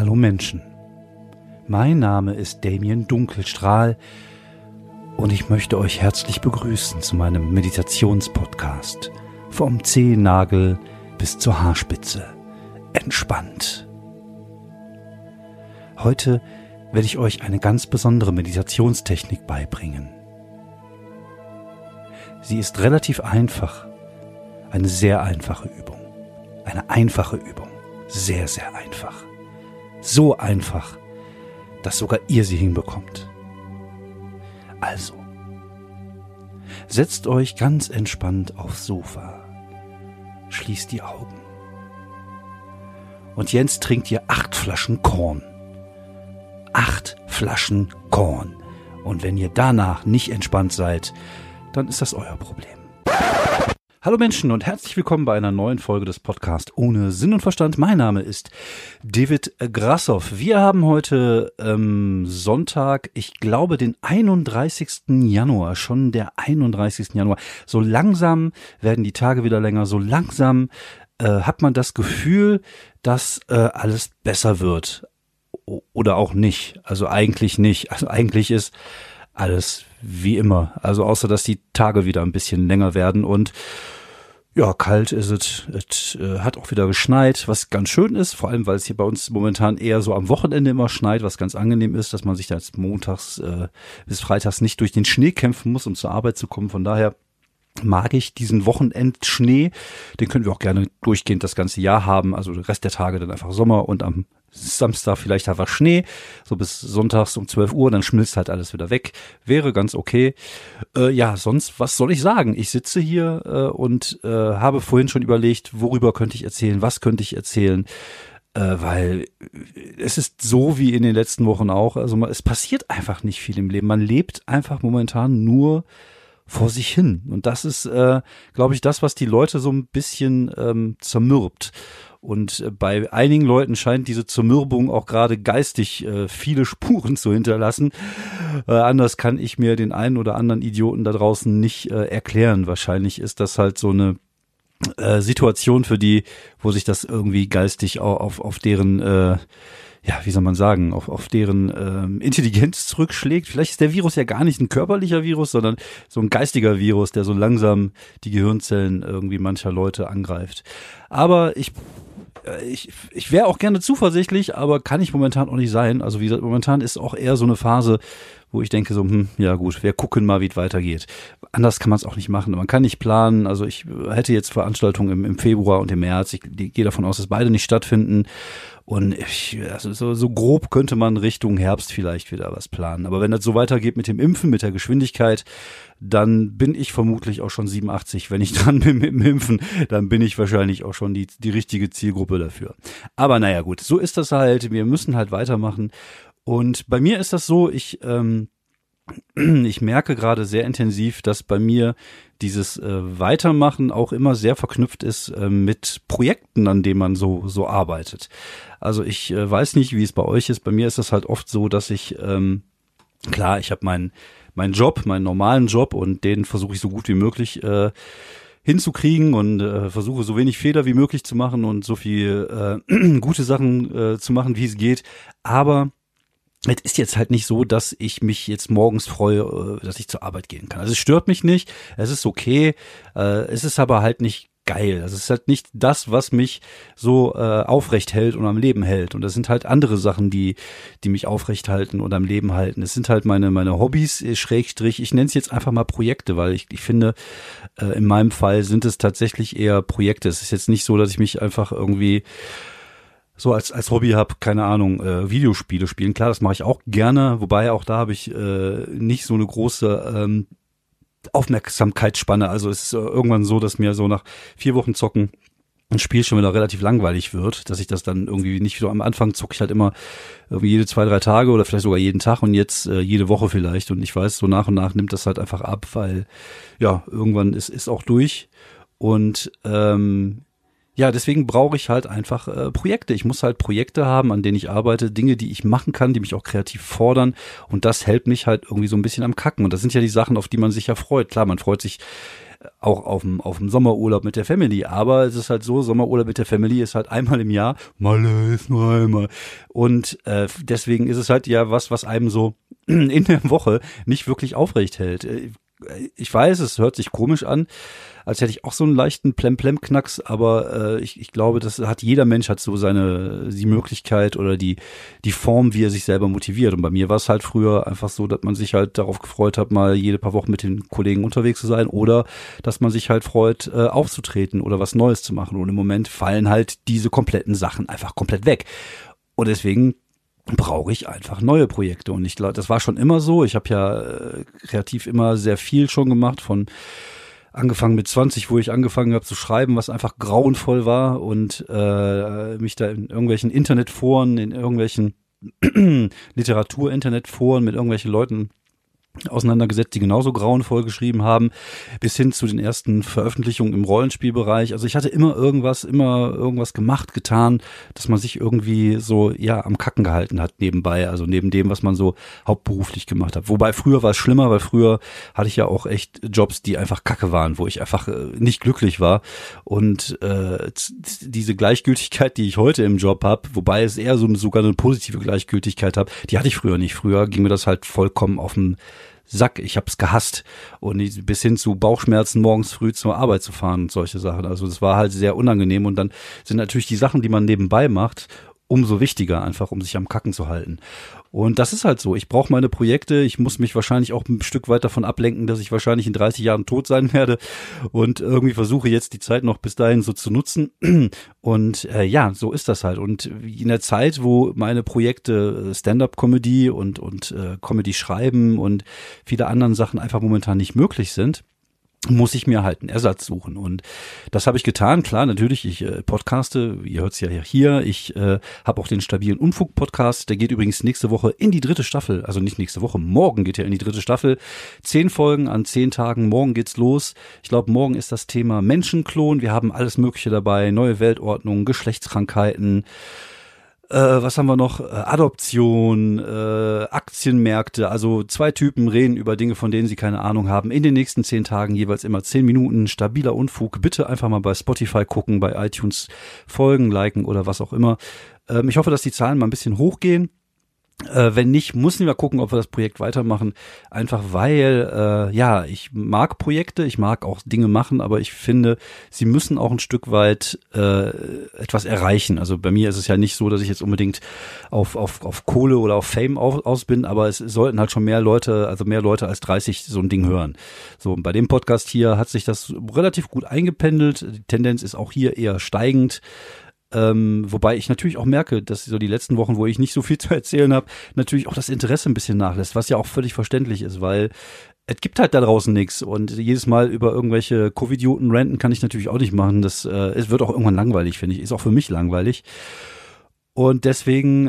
Hallo Menschen, mein Name ist Damien Dunkelstrahl und ich möchte euch herzlich begrüßen zu meinem Meditationspodcast. Vom Zehennagel bis zur Haarspitze. Entspannt. Heute werde ich euch eine ganz besondere Meditationstechnik beibringen. Sie ist relativ einfach. Eine sehr einfache Übung. Eine einfache Übung. Sehr, sehr einfach. So einfach, dass sogar ihr sie hinbekommt. Also, setzt euch ganz entspannt aufs Sofa. Schließt die Augen. Und jetzt trinkt ihr 8 Flaschen Korn. 8 Flaschen Korn. Und wenn ihr danach nicht entspannt seid, dann ist das euer Problem. Hallo Menschen und herzlich willkommen bei einer neuen Folge des Podcasts Ohne Sinn und Verstand. Mein Name ist David Grassoff. Wir haben heute Sonntag, ich glaube den 31. Januar, schon der 31. Januar. So langsam werden die Tage wieder länger, so langsam hat man das Gefühl, dass alles besser wird. Oder auch nicht, also eigentlich nicht. Also eigentlich ist alles wie immer. Also außer, dass die Tage wieder ein bisschen länger werden und ja, kalt ist es. Es hat auch wieder geschneit, was ganz schön ist, vor allem, weil es hier bei uns momentan eher so am Wochenende immer schneit, was ganz angenehm ist, dass man sich da jetzt montags bis freitags nicht durch den Schnee kämpfen muss, um zur Arbeit zu kommen. Von daher mag ich diesen Wochenendschnee. Den können wir auch gerne durchgehend das ganze Jahr haben. Also der Rest der Tage dann einfach Sommer und am Samstag vielleicht einfach Schnee, so bis sonntags um 12 Uhr, dann schmilzt halt alles wieder weg. Wäre ganz okay. Ja, sonst, was soll ich sagen? Ich sitze hier und habe vorhin schon überlegt, worüber könnte ich erzählen, was könnte ich erzählen, weil es ist so wie in den letzten Wochen auch, also es passiert einfach nicht viel im Leben. Man lebt einfach momentan nur vor sich hin. Und das ist, glaube ich, das, was die Leute so ein bisschen zermürbt. Und bei einigen Leuten scheint diese Zermürbung auch gerade geistig viele Spuren zu hinterlassen. Anders kann ich mir den einen oder anderen Idioten da draußen nicht erklären. Wahrscheinlich ist das halt so eine Situation für die, wo sich das irgendwie geistig auf deren ja, wie soll man sagen, auf deren Intelligenz zurückschlägt. Vielleicht ist der Virus ja gar nicht ein körperlicher Virus, sondern so ein geistiger Virus, der so langsam die Gehirnzellen irgendwie mancher Leute angreift. Aber ich wäre auch gerne zuversichtlich, aber kann ich momentan auch nicht sein. Also wie gesagt, momentan ist auch eher so eine Phase, wo ich denke so, ja gut, wir gucken mal, wie es weitergeht. Anders kann man es auch nicht machen. Man kann nicht planen. Also ich hätte jetzt Veranstaltungen im Februar und im März. Ich gehe davon aus, dass beide nicht stattfinden. Und also so grob könnte man Richtung Herbst vielleicht wieder was planen. Aber wenn das so weitergeht mit dem Impfen, mit der Geschwindigkeit, dann bin ich vermutlich auch schon 87. Wenn ich dran bin mit dem Impfen, dann bin ich wahrscheinlich auch schon die richtige Zielgruppe dafür. Aber naja gut, so ist das halt. Wir müssen halt weitermachen. Und bei mir ist das so, ich merke gerade sehr intensiv, dass bei mir dieses Weitermachen auch immer sehr verknüpft ist mit Projekten, an denen man so arbeitet. Also ich weiß nicht, wie es bei euch ist. Bei mir ist es halt oft so, dass ich, klar, ich habe meinen Job, meinen normalen Job und den versuche ich so gut wie möglich hinzukriegen und versuche so wenig Fehler wie möglich zu machen und so viel gute Sachen zu machen, wie es geht. Aber es ist jetzt halt nicht so, dass ich mich jetzt morgens freue, dass ich zur Arbeit gehen kann. Also es stört mich nicht, es ist okay, es ist aber halt nicht geil. Also es ist halt nicht das, was mich so aufrecht hält und am Leben hält. Und das sind halt andere Sachen, die mich aufrecht halten und am Leben halten. Es sind halt meine Hobbys, Schrägstrich, ich nenne es jetzt einfach mal Projekte, weil ich finde, in meinem Fall sind es tatsächlich eher Projekte. Es ist jetzt nicht so, dass ich mich einfach irgendwie so als Hobby habe, keine Ahnung, Videospiele spielen. Klar, das mache ich auch gerne, wobei auch da habe ich nicht so eine große Aufmerksamkeitsspanne. Also es ist irgendwann so, dass mir so nach 4 Wochen Zocken ein Spiel schon wieder relativ langweilig wird, dass ich das dann irgendwie nicht wieder am Anfang zocke ich halt immer irgendwie jede 2-3 Tage oder vielleicht sogar jeden Tag und jetzt jede Woche vielleicht. Und ich weiß, so nach und nach nimmt das halt einfach ab, weil ja, irgendwann ist auch durch. Und ja, deswegen brauche ich halt einfach Projekte. Ich muss halt Projekte haben, an denen ich arbeite, Dinge, die ich machen kann, die mich auch kreativ fordern. Und das hält mich halt irgendwie so ein bisschen am Kacken. Und das sind ja die Sachen, auf die man sich ja freut. Klar, man freut sich auch auf dem Sommerurlaub mit der Family. Aber es ist halt so, Sommerurlaub mit der Family ist halt einmal im Jahr, Malle ist nur einmal. Und deswegen ist es halt ja was einem so in der Woche nicht wirklich aufrecht hält. Ich weiß, es hört sich komisch an, als hätte ich auch so einen leichten Plem-Plem-Knacks, aber ich glaube, das hat jeder Mensch hat so die Möglichkeit oder die Form, wie er sich selber motiviert. Und bei mir war es halt früher einfach so, dass man sich halt darauf gefreut hat, mal jede paar Wochen mit den Kollegen unterwegs zu sein oder dass man sich halt freut, aufzutreten oder was Neues zu machen. Und im Moment fallen halt diese kompletten Sachen einfach komplett weg. Und deswegen brauche ich einfach neue Projekte. Und ich glaube, das war schon immer so. Ich habe ja kreativ immer sehr viel schon gemacht, von angefangen mit 20, wo ich angefangen habe zu schreiben, was einfach grauenvoll war und mich da in irgendwelchen Internetforen, in irgendwelchen Literatur-Internetforen mit irgendwelchen Leuten auseinandergesetzt, die genauso grauenvoll geschrieben haben, bis hin zu den ersten Veröffentlichungen im Rollenspielbereich. Also ich hatte immer irgendwas gemacht, getan, dass man sich irgendwie so, ja, am Kacken gehalten hat nebenbei, also neben dem, was man so hauptberuflich gemacht hat. Wobei früher war es schlimmer, weil früher hatte ich ja auch echt Jobs, die einfach Kacke waren, wo ich einfach nicht glücklich war. Und diese Gleichgültigkeit, die ich heute im Job habe, wobei es eher sogar eine positive Gleichgültigkeit habe, die hatte ich früher nicht. Früher ging mir das halt vollkommen auf den Sack, ich hab's gehasst und bis hin zu Bauchschmerzen morgens früh zur Arbeit zu fahren und solche Sachen. Also das war halt sehr unangenehm und dann sind natürlich die Sachen, die man nebenbei macht, umso wichtiger einfach, um sich am Kacken zu halten. Und das ist halt so. Ich brauche meine Projekte. Ich muss mich wahrscheinlich auch ein Stück weit davon ablenken, dass ich wahrscheinlich in 30 Jahren tot sein werde und irgendwie versuche jetzt die Zeit noch bis dahin so zu nutzen. Und ja, so ist das halt. Und in der Zeit, wo meine Projekte Stand-up-Comedy und Comedy schreiben und viele anderen Sachen einfach momentan nicht möglich sind, muss ich mir halt einen Ersatz suchen. Und das habe ich getan. Klar, natürlich, ich podcaste, ihr hört es ja hier. Ich habe auch den stabilen Unfug-Podcast. Der geht übrigens nächste Woche in die 3. Staffel. Also nicht nächste Woche, morgen geht er in die 3. Staffel. 10 Folgen an 10 Tagen. Morgen geht's los. Ich glaube, morgen ist das Thema Menschenklon. Wir haben alles Mögliche dabei. Neue Weltordnung, Geschlechtskrankheiten, was haben wir noch? Adoption, Aktienmärkte. Also 2 Typen reden über Dinge, von denen sie keine Ahnung haben. In den nächsten 10 Tagen jeweils immer 10 Minuten. Stabiler Unfug. Bitte einfach mal bei Spotify gucken, bei iTunes folgen, liken oder was auch immer. Ich hoffe, dass die Zahlen mal ein bisschen hochgehen. Wenn nicht, müssen wir gucken, ob wir das Projekt weitermachen. Einfach weil, ja, ich mag Projekte, ich mag auch Dinge machen, aber ich finde, sie müssen auch ein Stück weit etwas erreichen. Also bei mir ist es ja nicht so, dass ich jetzt unbedingt auf Kohle oder auf Fame aus bin, aber es sollten halt schon mehr Leute als 30 so ein Ding hören. So, bei dem Podcast hier hat sich das relativ gut eingependelt. Die Tendenz ist auch hier eher steigend. Wobei ich natürlich auch merke, dass so die letzten Wochen, wo ich nicht so viel zu erzählen habe, natürlich auch das Interesse ein bisschen nachlässt, was ja auch völlig verständlich ist, weil es gibt halt da draußen nichts und jedes Mal über irgendwelche Covidioten ranten kann ich natürlich auch nicht machen. Es wird auch irgendwann langweilig, finde ich. Ist auch für mich langweilig. Und deswegen,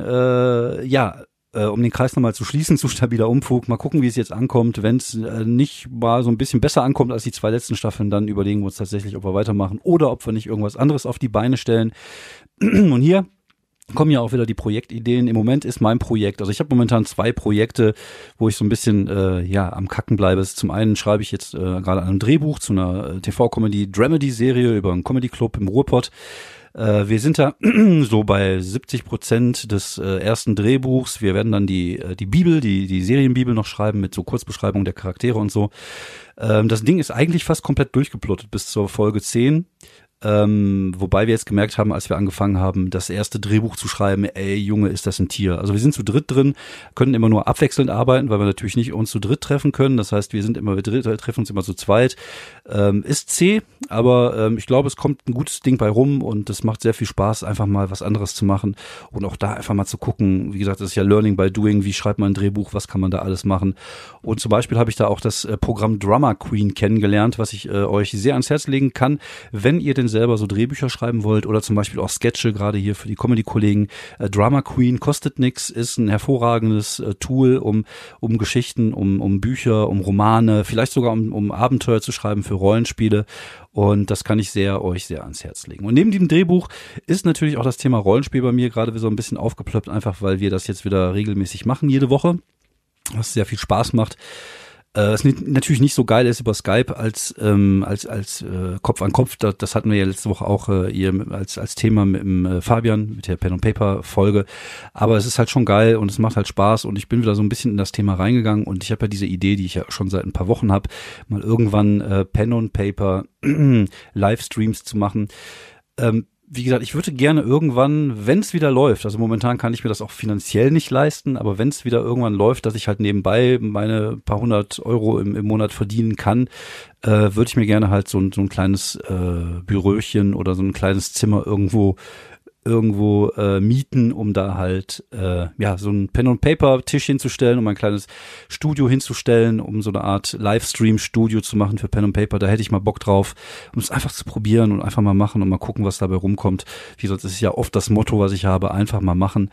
um den Kreis nochmal zu schließen, zu stabiler Unfug, mal gucken, wie es jetzt ankommt. Wenn es nicht mal so ein bisschen besser ankommt als die 2 letzten Staffeln, dann überlegen wir uns tatsächlich, ob wir weitermachen oder ob wir nicht irgendwas anderes auf die Beine stellen. Und hier kommen ja auch wieder die Projektideen. Im Moment ist mein Projekt, also ich habe momentan 2 Projekte, wo ich so ein bisschen am Kacken bleibe. Zum einen schreibe ich jetzt gerade an einem Drehbuch zu einer TV-Comedy-Dramedy-Serie über einen Comedy-Club im Ruhrpott. Wir sind da so bei 70% des ersten Drehbuchs. Wir werden dann die Bibel, die Serienbibel noch schreiben mit so Kurzbeschreibung der Charaktere und so. Das Ding ist eigentlich fast komplett durchgeplottet bis zur Folge 10. Wobei wir jetzt gemerkt haben, als wir angefangen haben, das erste Drehbuch zu schreiben, ey Junge, ist das ein Tier. Also wir sind zu dritt drin, können immer nur abwechselnd arbeiten, weil wir natürlich nicht uns zu dritt treffen können. Das heißt, wir treffen uns immer zu zweit. Ist zäh, aber ich glaube, es kommt ein gutes Ding bei rum und es macht sehr viel Spaß, einfach mal was anderes zu machen und auch da einfach mal zu gucken. Wie gesagt, das ist ja Learning by Doing. Wie schreibt man ein Drehbuch? Was kann man da alles machen? Und zum Beispiel habe ich da auch das Programm Drama Queen kennengelernt, was ich euch sehr ans Herz legen kann, wenn ihr denn selber so Drehbücher schreiben wollt oder zum Beispiel auch Sketche, gerade hier für die Comedy-Kollegen. Drama Queen kostet nix, ist ein hervorragendes Tool, um Geschichten, um Bücher, um Romane, vielleicht sogar um Abenteuer zu schreiben für Rollenspiele. Und das kann ich euch sehr ans Herz legen. Und neben dem Drehbuch ist natürlich auch das Thema Rollenspiel bei mir gerade so ein bisschen aufgeploppt, einfach weil wir das jetzt wieder regelmäßig machen jede Woche, was sehr viel Spaß macht. Was natürlich nicht so geil ist über Skype als Kopf an Kopf. Das hatten wir ja letzte Woche auch hier als Thema mit dem Fabian, mit der Pen and Paper Folge. Aber es ist halt schon geil und es macht halt Spaß und ich bin wieder so ein bisschen in das Thema reingegangen und ich habe ja diese Idee, die ich ja schon seit ein paar Wochen habe, mal irgendwann Pen and Paper Livestreams zu machen. Wie gesagt, ich würde gerne irgendwann, wenn es wieder läuft, also momentan kann ich mir das auch finanziell nicht leisten, aber wenn es wieder irgendwann läuft, dass ich halt nebenbei meine paar 100 Euro im Monat verdienen kann, würde ich mir gerne halt so ein kleines Büröchen oder so ein kleines Zimmer irgendwo mieten, um da halt so ein Pen-and-Paper-Tisch hinzustellen, um ein kleines Studio hinzustellen, um so eine Art Livestream-Studio zu machen für Pen and Paper. Da hätte ich mal Bock drauf, um es einfach zu probieren und einfach mal machen und mal gucken, was dabei rumkommt. Wie sonst ist es ja oft das Motto, was ich habe, einfach mal machen.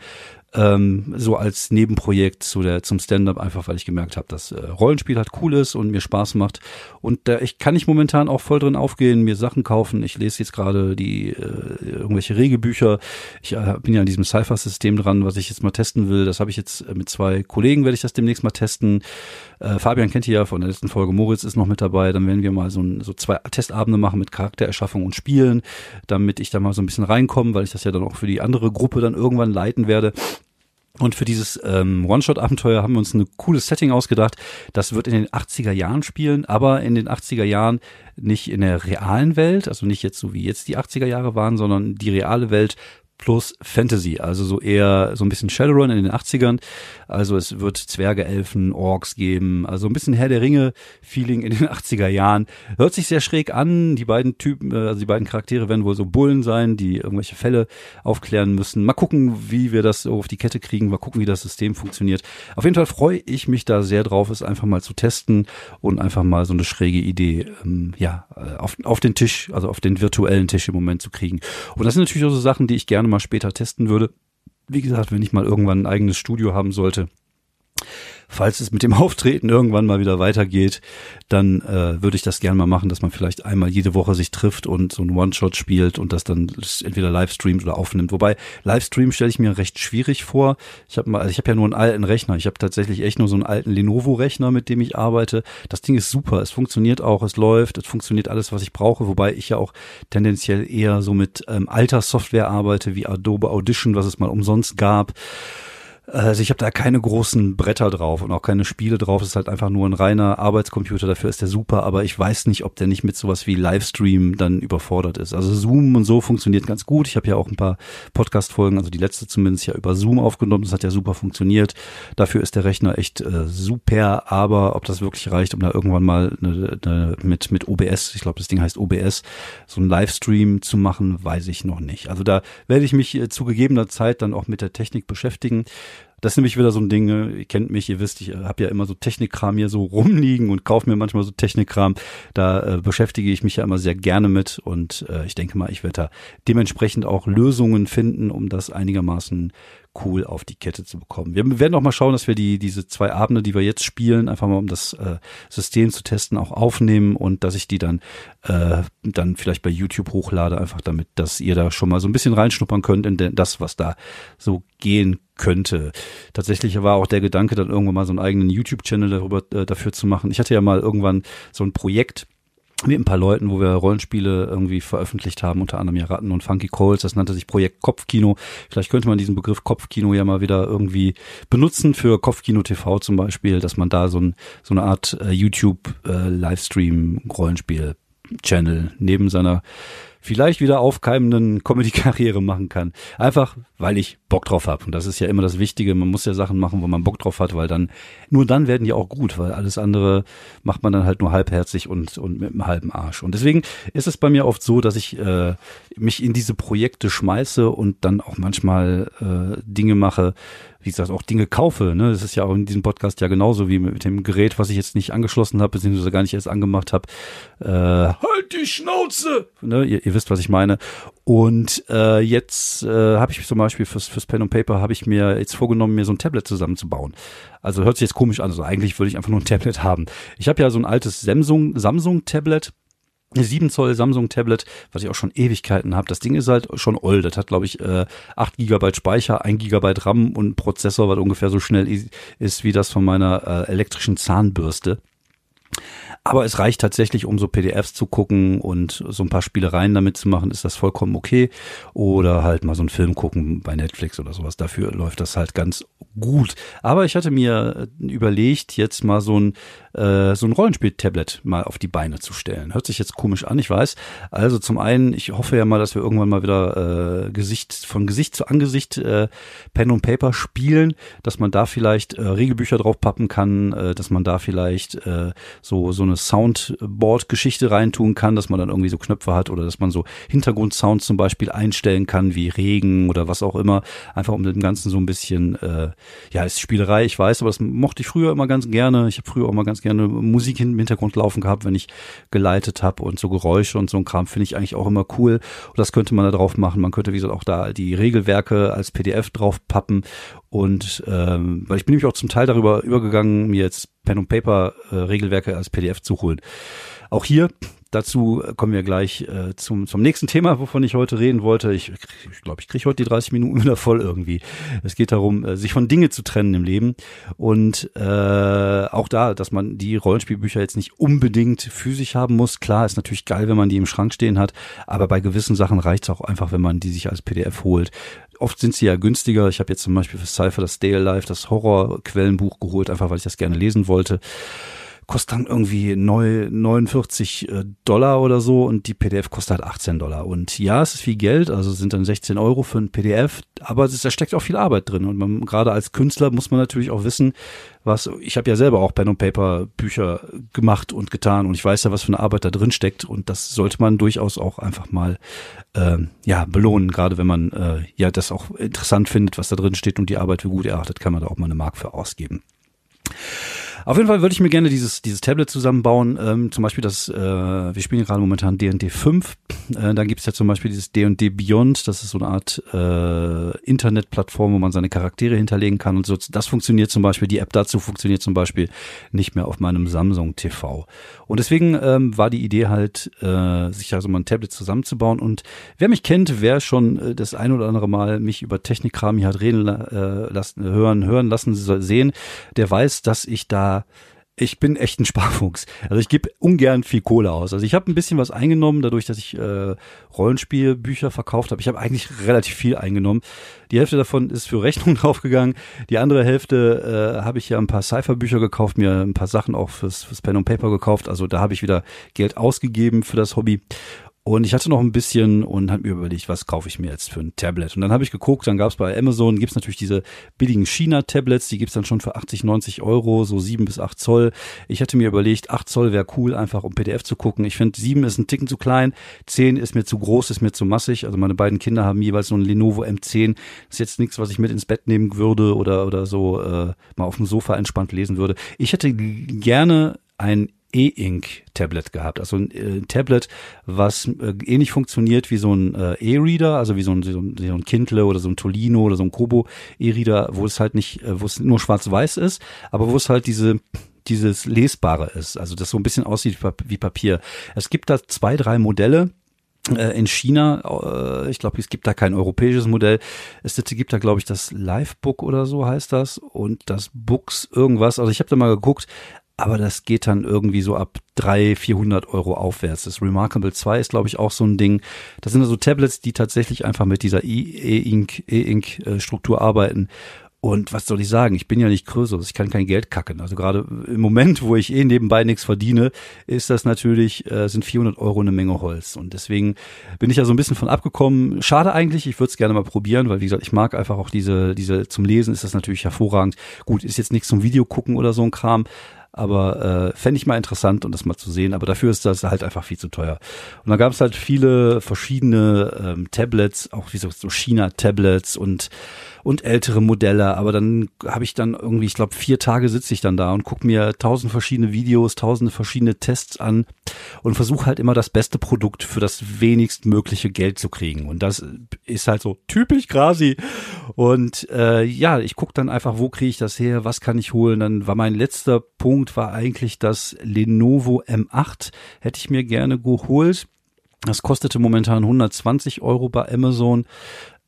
So als Nebenprojekt zum Stand-up, einfach weil ich gemerkt habe, dass Rollenspiel halt cool ist und mir Spaß macht. Und ich kann nicht momentan auch voll drin aufgehen, mir Sachen kaufen. Ich lese jetzt gerade die irgendwelche Regelbücher. Ich bin ja an diesem Cypher-System dran, was ich jetzt mal testen will. Das habe ich jetzt mit 2 Kollegen, werde ich das demnächst mal testen. Fabian kennt ihr ja von der letzten Folge, Moritz ist noch mit dabei. Dann werden wir mal so 2 Testabende machen mit Charaktererschaffung und Spielen, damit ich da mal so ein bisschen reinkomme, weil ich das ja dann auch für die andere Gruppe dann irgendwann leiten werde. Und für dieses One-Shot-Abenteuer haben wir uns ein cooles Setting ausgedacht. Das wird in den 80er Jahren spielen, aber in den 80er Jahren nicht in der realen Welt, also nicht jetzt so wie jetzt die 80er Jahre waren, sondern die reale Welt plus Fantasy, also so eher so ein bisschen Shadowrun in den 80ern. Also es wird Zwerge, Elfen, Orks geben, also ein bisschen Herr der Ringe-Feeling in den 80er Jahren. Hört sich sehr schräg an. Die beiden Typen, also die beiden Charaktere werden wohl so Bullen sein, die irgendwelche Fälle aufklären müssen. Mal gucken, wie wir das so auf die Kette kriegen. Mal gucken, wie das System funktioniert. Auf jeden Fall freue ich mich da sehr drauf, es einfach mal zu testen und einfach mal so eine schräge Idee, auf den Tisch, also auf den virtuellen Tisch im Moment zu kriegen. Und das sind natürlich auch so Sachen, die ich gerne mal später testen würde. Wie gesagt, wenn ich mal irgendwann ein eigenes Studio haben sollte, falls es mit dem Auftreten irgendwann mal wieder weitergeht, dann würde ich das gerne mal machen, dass man vielleicht einmal jede Woche sich trifft und so ein One-Shot spielt und das dann entweder livestreamt oder aufnimmt. Wobei, Livestream stelle ich mir recht schwierig vor. Ich habe ja nur einen alten Rechner. Ich habe tatsächlich echt nur so einen alten Lenovo-Rechner, mit dem ich arbeite. Das Ding ist super. Es funktioniert auch, es läuft, es funktioniert alles, was ich brauche. Wobei ich ja auch tendenziell eher so mit alter Software arbeite, wie Adobe Audition, was es mal umsonst gab. Also ich habe da keine großen Bretter drauf und auch keine Spiele drauf. Es ist halt einfach nur ein reiner Arbeitscomputer. Dafür ist der super, aber ich weiß nicht, ob der nicht mit sowas wie Livestream dann überfordert ist. Also Zoom und so funktioniert ganz gut. Ich habe ja auch ein paar Podcast-Folgen, also die letzte zumindest ja über Zoom aufgenommen. Das hat ja super funktioniert. Dafür ist der Rechner echt super, aber ob das wirklich reicht, um da irgendwann mal mit OBS, ich glaube das Ding heißt OBS, so einen Livestream zu machen, weiß ich noch nicht. Also da werde ich mich zu gegebener Zeit dann auch mit der Technik beschäftigen. Das ist nämlich wieder so ein Ding, ihr kennt mich, ihr wisst, ich habe ja immer so Technikkram hier so rumliegen und kaufe mir manchmal so Technikkram. Da beschäftige ich mich ja immer sehr gerne mit und ich denke mal, ich werde da dementsprechend auch Lösungen finden, um das einigermaßen cool auf die Kette zu bekommen. Wir werden auch mal schauen, dass wir diese 2 Abende, die wir jetzt spielen, einfach mal um das System zu testen, auch aufnehmen und dass ich die dann vielleicht bei YouTube hochlade, einfach damit, dass ihr da schon mal so ein bisschen reinschnuppern könnt in das, was da so gehen könnte. Tatsächlich war auch der Gedanke, dann irgendwann mal so einen eigenen YouTube-Channel dafür zu machen. Ich hatte ja mal irgendwann so ein Projekt mit ein paar Leuten, wo wir Rollenspiele irgendwie veröffentlicht haben, unter anderem ja Ratten und Funky Coles. Das nannte sich Projekt Kopfkino. Vielleicht könnte man diesen Begriff Kopfkino ja mal wieder irgendwie benutzen für Kopfkino TV zum Beispiel, dass man da so eine Art YouTube-Livestream-Rollenspiel-Channel neben seiner vielleicht wieder aufkeimenden Comedy-Karriere machen kann. Einfach, weil ich Bock drauf habe. Und das ist ja immer das Wichtige. Man muss ja Sachen machen, wo man Bock drauf hat, weil nur dann werden die auch gut, weil alles andere macht man dann halt nur halbherzig und mit einem halben Arsch. Und deswegen ist es bei mir oft so, dass ich mich in diese Projekte schmeiße und dann auch manchmal Dinge mache, wie gesagt, auch Dinge kaufe. Ne? Das ist ja auch in diesem Podcast ja genauso wie mit dem Gerät, was ich jetzt nicht angeschlossen habe, beziehungsweise gar nicht erst angemacht habe. Halt die Schnauze! Ne? Ihr wisst, was ich meine. Und jetzt habe ich zum Beispiel fürs Pen and Paper habe ich mir jetzt vorgenommen, mir so ein Tablet zusammenzubauen. Also hört sich jetzt komisch an. Also eigentlich würde ich einfach nur ein Tablet haben. Ich habe ja so ein altes Samsung-Tablet. 7 Zoll Samsung-Tablet, was ich auch schon Ewigkeiten habe. Das Ding ist halt schon old. Das hat, glaube ich, 8 GB Speicher, 1 GB RAM und einen Prozessor, was ungefähr so schnell ist wie das von meiner elektrischen Zahnbürste. Aber es reicht tatsächlich, um so PDFs zu gucken und so ein paar Spielereien damit zu machen, ist das vollkommen okay. Oder halt mal so einen Film gucken bei Netflix oder sowas. Dafür läuft das halt ganz gut. Aber ich hatte mir überlegt, jetzt mal so ein Rollenspiel-Tablet mal auf die Beine zu stellen. Hört sich jetzt komisch an, ich weiß. Also zum einen, ich hoffe ja mal, dass wir irgendwann mal wieder von Gesicht zu Angesicht Pen und Paper spielen, dass man da vielleicht Regelbücher drauf pappen kann, dass man da vielleicht so eine Soundboard-Geschichte reintun kann, dass man dann irgendwie so Knöpfe hat oder dass man so Hintergrundsounds zum Beispiel einstellen kann, wie Regen oder was auch immer, einfach um dem Ganzen so ein bisschen, ist Spielerei, ich weiß, aber das mochte ich früher immer ganz gerne. Ich habe früher auch mal ganz gerne Musik im Hintergrund laufen gehabt, wenn ich geleitet habe und so Geräusche und so ein Kram finde ich eigentlich auch immer cool und das könnte man da drauf machen. Man könnte, wie gesagt, auch da die Regelwerke als PDF drauf pappen und weil ich bin nämlich auch zum Teil darüber übergegangen, mir jetzt Pen und Paper Regelwerke als PDF zu holen. Auch hier, dazu kommen wir gleich zum nächsten Thema, wovon ich heute reden wollte. Ich glaube, ich kriege heute die 30 Minuten wieder voll irgendwie. Es geht darum, sich von Dingen zu trennen im Leben und auch da, dass man die Rollenspielbücher jetzt nicht unbedingt physisch haben muss. Klar, ist natürlich geil, wenn man die im Schrank stehen hat, aber bei gewissen Sachen reicht es auch einfach, wenn man die sich als PDF holt. Oft sind sie ja günstiger. Ich habe jetzt zum Beispiel für Cypher das Stay Alive, das Horror-Quellenbuch geholt, einfach weil ich das gerne lesen wollte. Kostet dann irgendwie $49 oder so und die PDF kostet halt $18. Und ja, es ist viel Geld, also sind dann 16 € für ein PDF, aber da steckt auch viel Arbeit drin. Und man, gerade als Künstler muss man natürlich auch wissen, ich habe ja selber auch Pen und Paper Bücher gemacht und getan und ich weiß ja, was für eine Arbeit da drin steckt und das sollte man durchaus auch einfach mal belohnen, gerade wenn man das auch interessant findet, was da drin steht und die Arbeit für gut erachtet, kann man da auch mal eine Mark für ausgeben. Auf jeden Fall würde ich mir gerne dieses Tablet zusammenbauen, zum Beispiel wir spielen gerade momentan D&D 5, da gibt es ja zum Beispiel dieses D&D Beyond, das ist so eine Art Internetplattform, wo man seine Charaktere hinterlegen kann und so. Das funktioniert zum Beispiel, die App dazu funktioniert zum Beispiel nicht mehr auf meinem Samsung TV. Und deswegen war die Idee halt, sich also mal ein Tablet zusammenzubauen und wer mich kennt, wer schon das ein oder andere Mal mich über Technikkram hier hat hören lassen, sehen, der weiß, dass ich bin echt ein Sparfuchs. Also ich gebe ungern viel Kohle aus. Also ich habe ein bisschen was eingenommen, dadurch, dass ich Rollenspielbücher verkauft habe. Ich habe eigentlich relativ viel eingenommen. Die Hälfte davon ist für Rechnung draufgegangen. Die andere Hälfte habe ich ja ein paar Cypher-Bücher gekauft, mir ein paar Sachen auch fürs Pen und Paper gekauft. Also da habe ich wieder Geld ausgegeben für das Hobby. Und ich hatte noch ein bisschen und habe mir überlegt, was kaufe ich mir jetzt für ein Tablet. Und dann habe ich geguckt, dann gab es bei Amazon, gibt's natürlich diese billigen China-Tablets, die gibt's dann schon für 80, 90 €, so 7 bis 8 Zoll. Ich hatte mir überlegt, 8 Zoll wäre cool, einfach um PDF zu gucken. Ich finde, 7 ist ein Ticken zu klein, 10 ist mir zu groß, ist mir zu massig. Also meine beiden Kinder haben jeweils so ein Lenovo M10. Das ist jetzt nichts, was ich mit ins Bett nehmen würde oder so mal auf dem Sofa entspannt lesen würde. Ich hätte gerne ein E-Ink-Tablet gehabt, also ein Tablet, was ähnlich funktioniert wie so ein E-Reader, also wie so ein Kindle oder so ein Tolino oder so ein Kobo E-Reader, wo es halt nicht, wo es nur schwarz-weiß ist, aber wo es halt dieses Lesbare ist, also das so ein bisschen aussieht wie Papier. Es gibt da 2, 3 Modelle. In China, ich glaube, es gibt da kein europäisches Modell. Es gibt da, glaube ich, das Livebook oder so heißt das und das Books irgendwas. Also ich habe da mal geguckt, aber das geht dann irgendwie so ab 300, 400 € aufwärts. Das Remarkable 2 ist, glaube ich, auch so ein Ding. Das sind also Tablets, die tatsächlich einfach mit dieser E-Ink-Struktur arbeiten. Und was soll ich sagen? Ich bin ja nicht größer, ich kann kein Geld kacken. Also gerade im Moment, wo ich nebenbei nichts verdiene, ist das natürlich, sind 400 € eine Menge Holz. Und deswegen bin ich ja so ein bisschen von abgekommen. Schade eigentlich, ich würde es gerne mal probieren, weil wie gesagt, ich mag einfach auch diese zum Lesen ist das natürlich hervorragend. Gut, ist jetzt nichts zum Video gucken oder so ein Kram. Aber fände ich mal interessant, um das mal zu sehen. Aber dafür ist das halt einfach viel zu teuer. Und da gab es halt viele verschiedene Tablets, auch wie so China-Tablets und ältere Modelle. Aber dann habe ich dann irgendwie, ich glaube 4 Tage sitze ich dann da und gucke mir 1000 verschiedene Videos, 1000 verschiedene Tests an und versuche halt immer das beste Produkt für das wenigstmögliche Geld zu kriegen. Und das ist halt so typisch Grasi. Und ich gucke dann einfach, wo kriege ich das her, was kann ich holen. Dann war mein letzter Punkt war eigentlich das Lenovo M8, hätte ich mir gerne geholt. Das kostete momentan 120 € bei Amazon.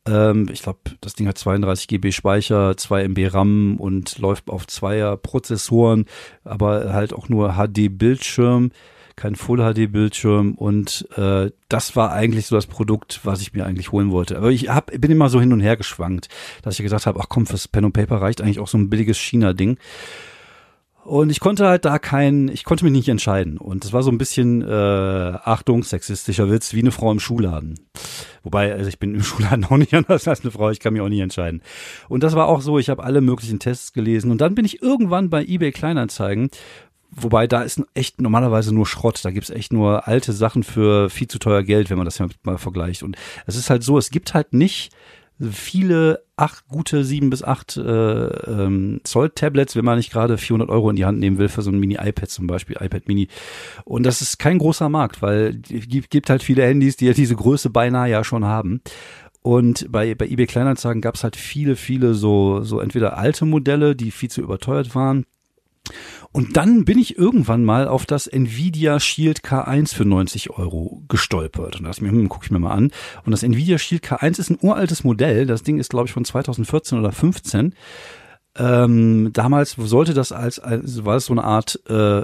Ich glaube, das Ding hat 32 GB Speicher, 2 MB RAM und läuft auf 2er Prozessoren, aber halt auch nur HD-Bildschirm, kein Full-HD-Bildschirm und das war eigentlich so das Produkt, was ich mir eigentlich holen wollte. Aber ich bin immer so hin und her geschwankt, dass ich gesagt habe, ach komm, fürs Pen und Paper reicht eigentlich auch so ein billiges China-Ding. Und ich konnte halt ich konnte mich nicht entscheiden. Und das war so ein bisschen, Achtung, sexistischer Witz, wie eine Frau im Schuhladen. Wobei, also ich bin im Schuhladen auch nicht anders als eine Frau, ich kann mich auch nicht entscheiden. Und das war auch so, ich habe alle möglichen Tests gelesen. Und dann bin ich irgendwann bei eBay Kleinanzeigen, wobei da ist echt normalerweise nur Schrott. Da gibt's echt nur alte Sachen für viel zu teuer Geld, wenn man das ja mal vergleicht. Und es ist halt so, es gibt halt nicht viele gute 7 bis 8 Zoll Tablets, wenn man nicht gerade 400 € in die Hand nehmen will für so ein Mini-iPad zum Beispiel, iPad Mini. Und das ist kein großer Markt, weil es gibt halt viele Handys, die ja diese Größe beinahe ja schon haben. Und bei eBay Kleinanzeigen gab es halt viele so entweder alte Modelle, die viel zu überteuert waren. Und dann bin ich irgendwann mal auf das Nvidia Shield K1 für 90 € gestolpert. Und da gucke ich mir mal an. Und das Nvidia Shield K1 ist ein uraltes Modell. Das Ding ist, glaube ich, von 2014 oder 15. Damals sollte das war es so eine Art,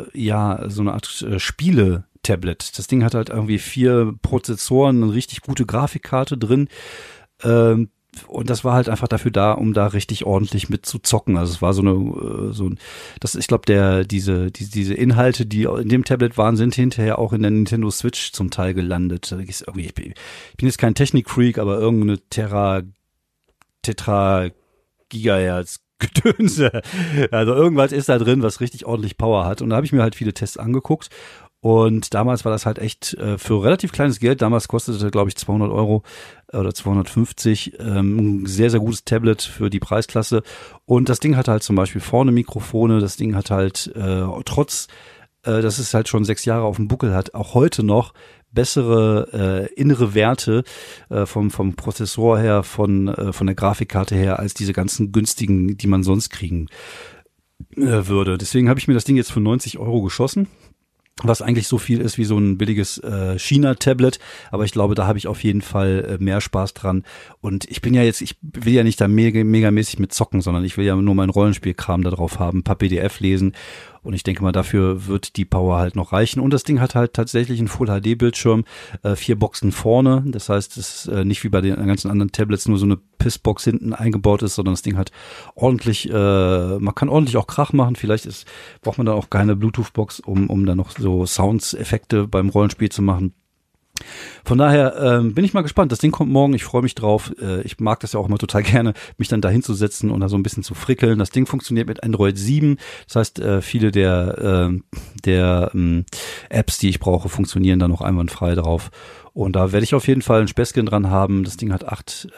Spiele-Tablet. Das Ding hat halt irgendwie 4 Prozessoren, eine richtig gute Grafikkarte drin. Und das war halt einfach dafür da, um da richtig ordentlich mit zu zocken. Also es war ich glaube, diese Inhalte, die in dem Tablet waren, sind hinterher auch in der Nintendo Switch zum Teil gelandet. Ich bin jetzt kein Technik-Freak, aber irgendeine Tetra Gigahertz Gedönse. Also irgendwas ist da drin, was richtig ordentlich Power hat. Und da habe ich mir halt viele Tests angeguckt. Und damals war das halt echt für relativ kleines Geld. Damals kostete, glaube ich, 200 € oder 250. Ein sehr, sehr gutes Tablet für die Preisklasse. Und das Ding hat halt zum Beispiel vorne Mikrofone. Das Ding hat halt dass es halt schon 6 Jahre auf dem Buckel hat, auch heute noch bessere innere Werte vom Prozessor her, von der Grafikkarte her, als diese ganzen günstigen, die man sonst kriegen würde. Deswegen habe ich mir das Ding jetzt für 90 € geschossen. Was eigentlich so viel ist wie so ein billiges China-Tablet, aber ich glaube, da habe ich auf jeden Fall mehr Spaß dran. Und ich will ja nicht da megamäßig mit zocken, sondern ich will ja nur mein Rollenspielkram da drauf haben, ein paar PDF lesen. Und ich denke mal, dafür wird die Power halt noch reichen. Und das Ding hat halt tatsächlich einen Full-HD-Bildschirm, 4 Boxen vorne. Das heißt, es ist nicht wie bei den ganzen anderen Tablets nur so eine Pissbox hinten eingebaut ist, sondern das Ding hat ordentlich, man kann ordentlich auch Krach machen. Vielleicht braucht man dann auch keine Bluetooth-Box, um dann noch so Sounds-Effekte beim Rollenspiel zu machen. Von daher bin ich mal gespannt. Das Ding kommt morgen, ich freue mich drauf. Ich mag das ja auch immer total gerne, mich dann da hinzusetzen und da so ein bisschen zu frickeln. Das Ding funktioniert mit Android 7. Das heißt, viele der Apps, die ich brauche, funktionieren da noch einwandfrei drauf. Und da werde ich auf jeden Fall ein Späßchen dran haben. Das Ding hat 8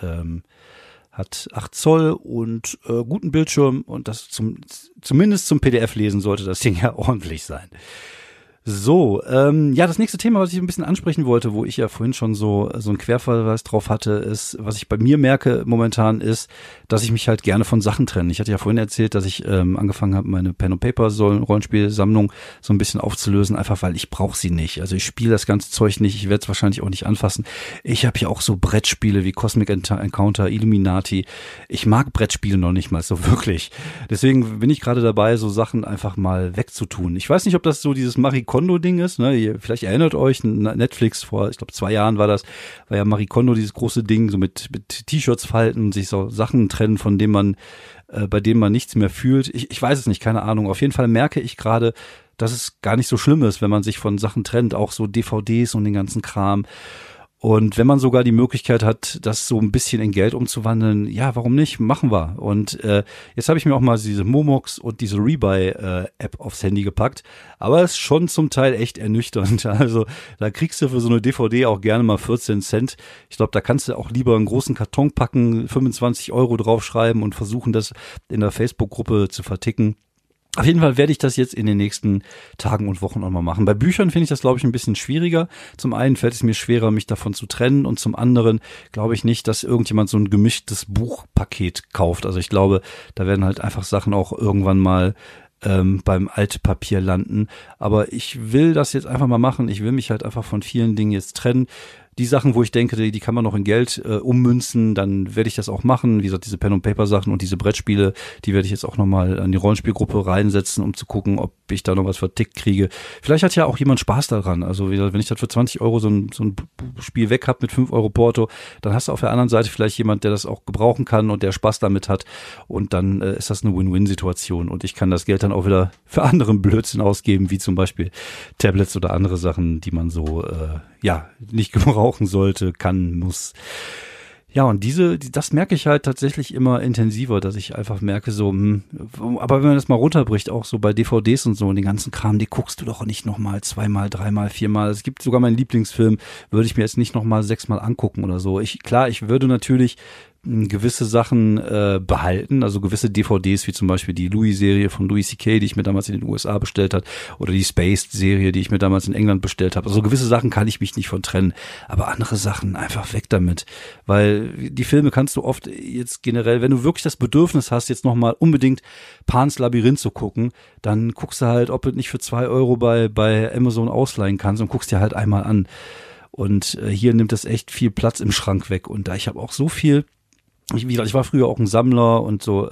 Zoll und guten Bildschirm. Und das zumindest zum PDF-Lesen sollte das Ding ja ordentlich sein. So, das nächste Thema, was ich ein bisschen ansprechen wollte, wo ich ja vorhin schon so ein Querverweis drauf hatte, ist, was ich bei mir merke momentan ist, dass ich mich halt gerne von Sachen trenne. Ich hatte ja vorhin erzählt, dass ich angefangen habe, meine Pen- und Paper-Rollenspielsammlung so ein bisschen aufzulösen, einfach weil ich brauche sie nicht. Also ich spiele das ganze Zeug nicht, ich werde es wahrscheinlich auch nicht anfassen. Ich habe ja auch so Brettspiele wie Cosmic Encounter, Illuminati. Ich mag Brettspiele noch nicht mal so wirklich. Deswegen bin ich gerade dabei, so Sachen einfach mal wegzutun. Ich weiß nicht, ob das so dieses Marie Kondo-Ding ist, ne? Ihr vielleicht erinnert euch, Netflix vor, ich glaube 2 Jahren war ja Marie Kondo dieses große Ding, so mit T-Shirts falten, sich so Sachen trennen, von denen man, bei denen man nichts mehr fühlt. Ich weiß es nicht, keine Ahnung. Auf jeden Fall merke ich gerade, dass es gar nicht so schlimm ist, wenn man sich von Sachen trennt, auch so DVDs und den ganzen Kram. Und wenn man sogar die Möglichkeit hat, das so ein bisschen in Geld umzuwandeln, ja, warum nicht? Machen wir. Und jetzt habe ich mir auch mal diese Momox und diese Rebuy-App aufs Handy gepackt. Aber es ist schon zum Teil echt ernüchternd. Also da kriegst du für so eine DVD auch gerne mal 14 Cent. Ich glaube, da kannst du auch lieber einen großen Karton packen, 25 € draufschreiben und versuchen, das in der Facebook-Gruppe zu verticken. Auf jeden Fall werde ich das jetzt in den nächsten Tagen und Wochen auch mal machen. Bei Büchern finde ich das, glaube ich, ein bisschen schwieriger. Zum einen fällt es mir schwerer, mich davon zu trennen, und zum anderen glaube ich nicht, dass irgendjemand so ein gemischtes Buchpaket kauft. Also ich glaube, da werden halt einfach Sachen auch irgendwann mal beim Altpapier landen. Aber ich will das jetzt einfach mal machen. Ich will mich halt einfach von vielen Dingen jetzt trennen. Die Sachen, wo ich denke, die kann man noch in Geld ummünzen, dann werde ich das auch machen. Wie gesagt, diese Pen-and-Paper-Sachen und diese Brettspiele, die werde ich jetzt auch nochmal an die Rollenspielgruppe reinsetzen, um zu gucken, ob ich da noch was vertickt kriege. Vielleicht hat ja auch jemand Spaß daran. Also wie gesagt, wenn ich das für 20 Euro so ein Spiel weg habe mit 5 Euro Porto, dann hast du auf der anderen Seite vielleicht jemand, der das auch gebrauchen kann und der Spaß damit hat. Und dann ist das eine Win-Win-Situation. Und ich kann das Geld dann auch wieder für anderen Blödsinn ausgeben, wie zum Beispiel Tablets oder andere Sachen, die man so nicht gebrauchen sollte, kann, muss. Ja, und das merke ich halt tatsächlich immer intensiver, dass ich einfach merke so, aber wenn man das mal runterbricht, auch so bei DVDs und so und den ganzen Kram, die guckst du doch nicht nochmal 2-mal, 3-mal, 4-mal. Es gibt sogar meinen Lieblingsfilm, würde ich mir jetzt nicht nochmal 6-mal angucken oder so. Ich würde natürlich gewisse Sachen behalten, also gewisse DVDs, wie zum Beispiel die Louis-Serie von Louis C.K., die ich mir damals in den USA bestellt habe, oder die Spaced-Serie, die ich mir damals in England bestellt habe. Also gewisse Sachen kann ich mich nicht von trennen, aber andere Sachen einfach weg damit, weil die Filme kannst du oft jetzt generell, wenn du wirklich das Bedürfnis hast, jetzt nochmal unbedingt Pans Labyrinth zu gucken, dann guckst du halt, ob du nicht für 2 Euro bei Amazon ausleihen kannst und guckst dir halt einmal an. Und hier nimmt das echt viel Platz im Schrank weg und da ich habe auch so viel. Ich war früher auch ein Sammler und so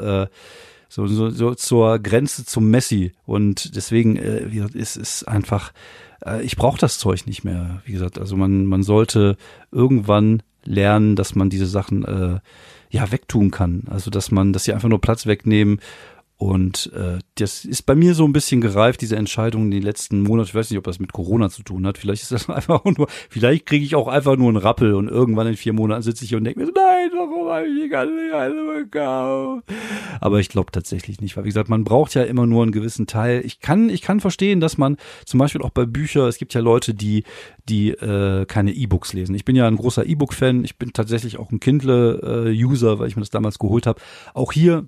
zur Grenze zum Messi und deswegen ist es einfach, ich brauche das Zeug nicht mehr. Wie gesagt, also man sollte irgendwann lernen, dass man diese Sachen wegtun kann. Also dass sie einfach nur Platz wegnehmen. Und das ist bei mir so ein bisschen gereift, diese Entscheidung in den letzten Monaten. Ich weiß nicht, ob das mit Corona zu tun hat. Vielleicht ist das einfach nur, vielleicht kriege ich auch einfach nur einen Rappel und irgendwann in 4 Monaten sitze ich und denke mir so, nein, warum habe ich die ganze Zeit gekauft? Aber ich glaube tatsächlich nicht, weil wie gesagt, man braucht ja immer nur einen gewissen Teil. Ich kann verstehen, dass man zum Beispiel auch bei Büchern, es gibt ja Leute, die keine E-Books lesen. Ich bin ja ein großer E-Book-Fan. Ich bin tatsächlich auch ein Kindle-User, weil ich mir das damals geholt habe. Auch hier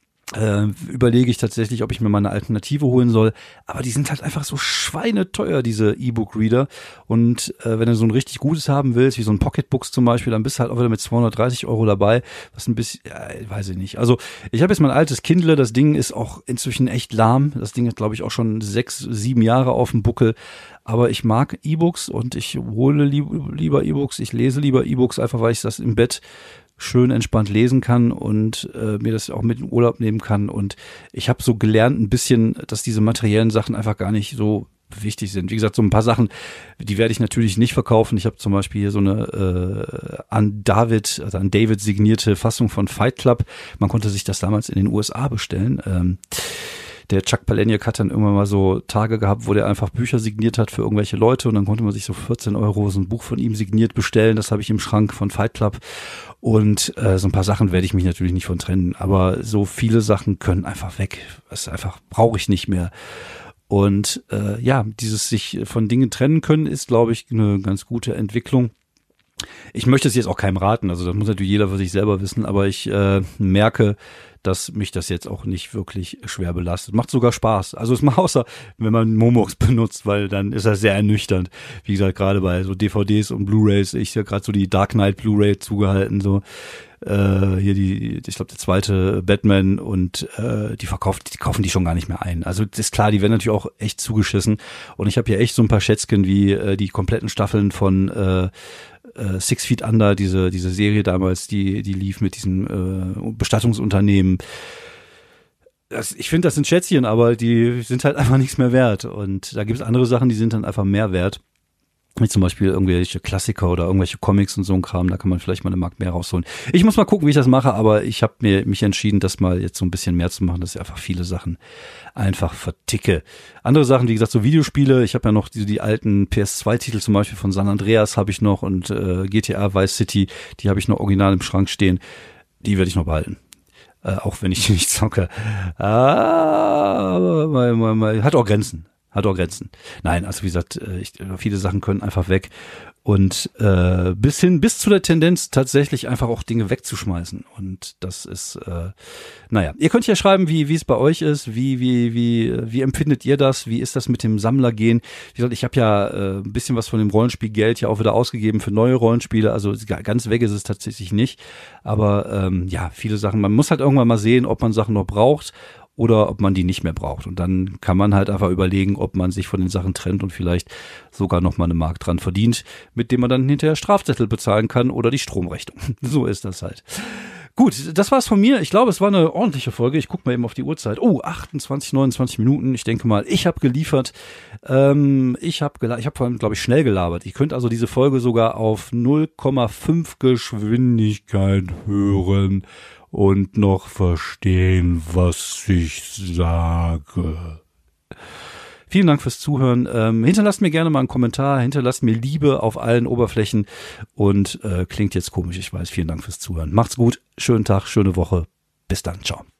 überlege ich tatsächlich, ob ich mir mal eine Alternative holen soll, aber die sind halt einfach so schweineteuer, diese E-Book-Reader und wenn du so ein richtig gutes haben willst, wie so ein Pocketbooks zum Beispiel, dann bist du halt auch wieder mit 230 Euro dabei, was ein bisschen, weiß ich nicht. Also ich habe jetzt mein altes Kindle, das Ding ist auch inzwischen echt lahm, das Ding hat glaube ich auch schon 6, 7 Jahre auf dem Buckel, aber ich mag E-Books und ich hole lieber E-Books, ich lese lieber E-Books, einfach weil ich das im Bett schön entspannt lesen kann und mir das auch mit in den Urlaub nehmen kann. Und ich habe so gelernt ein bisschen, dass diese materiellen Sachen einfach gar nicht so wichtig sind. Wie gesagt, so ein paar Sachen, die werde ich natürlich nicht verkaufen. Ich habe zum Beispiel hier so eine an David signierte Fassung von Fight Club. Man konnte sich das damals in den USA bestellen. Der Chuck Palahniuk hat dann irgendwann mal so Tage gehabt, wo der einfach Bücher signiert hat für irgendwelche Leute und dann konnte man sich so 14 Euro so ein Buch von ihm signiert bestellen. Das habe ich im Schrank von Fight Club und so ein paar Sachen werde ich mich natürlich nicht von trennen, aber so viele Sachen können einfach weg. Das einfach brauche ich nicht mehr. Und dieses sich von Dingen trennen können ist, glaube ich, eine ganz gute Entwicklung. Ich möchte es jetzt auch keinem raten, also das muss natürlich jeder für sich selber wissen, aber ich merke, dass mich das jetzt auch nicht wirklich schwer belastet. Macht sogar Spaß. Also es macht außer, wenn man Momox benutzt, weil dann ist das sehr ernüchternd. Wie gesagt, gerade bei so DVDs und Blu-Rays, ich habe gerade so die Dark Knight Blu-Ray zugehalten, so hier ich glaube der zweite Batman und die kaufen die schon gar nicht mehr ein. Also das ist klar, die werden natürlich auch echt zugeschissen und ich habe hier echt so ein paar Schätzchen wie die kompletten Staffeln von 6 Feet Under, diese Serie damals, die lief mit diesem Bestattungsunternehmen. Ich finde, das sind Schätzchen, aber die sind halt einfach nichts mehr wert. Und da gibt es andere Sachen, die sind dann einfach mehr wert. Wie zum Beispiel irgendwelche Klassiker oder irgendwelche Comics und so ein Kram, da kann man vielleicht mal eine Mark mehr rausholen. Ich muss mal gucken, wie ich das mache, aber ich habe mich entschieden, das mal jetzt so ein bisschen mehr zu machen, dass ich einfach viele Sachen einfach verticke. Andere Sachen, wie gesagt, so Videospiele, ich habe ja noch die alten PS2-Titel zum Beispiel von San Andreas habe ich noch und GTA Vice City, die habe ich noch original im Schrank stehen, die werde ich noch behalten. Auch wenn ich die nicht zocke. Aber hat auch Grenzen. Nein, also wie gesagt, viele Sachen können einfach weg und bis zu der Tendenz tatsächlich einfach auch Dinge wegzuschmeißen und das ist, ihr könnt ja schreiben, wie es bei euch ist, wie empfindet ihr das, wie ist das mit dem Sammlergehen? Wie gesagt, ich habe ja ein bisschen was von dem Rollenspielgeld ja auch wieder ausgegeben für neue Rollenspiele, also ganz weg ist es tatsächlich nicht, aber viele Sachen, man muss halt irgendwann mal sehen, ob man Sachen noch braucht. oder ob man die nicht mehr braucht. Und dann kann man halt einfach überlegen, ob man sich von den Sachen trennt und vielleicht sogar nochmal eine Mark dran verdient, mit dem man dann hinterher Strafzettel bezahlen kann oder die Stromrechnung. So ist das halt. Gut, das war's von mir. Ich glaube, es war eine ordentliche Folge. Ich gucke mal eben auf die Uhrzeit. 28, 29 Minuten. Ich denke mal, ich habe geliefert. Ich habe vor allem, glaube ich, schnell gelabert. Ihr könnt also diese Folge sogar auf 0,5 Geschwindigkeit hören und noch verstehen, was ich sage. Vielen Dank fürs Zuhören. Hinterlasst mir gerne mal einen Kommentar, hinterlasst mir Liebe auf allen Oberflächen und klingt jetzt komisch, ich weiß. Vielen Dank fürs Zuhören. Macht's gut, schönen Tag, schöne Woche. Bis dann, ciao.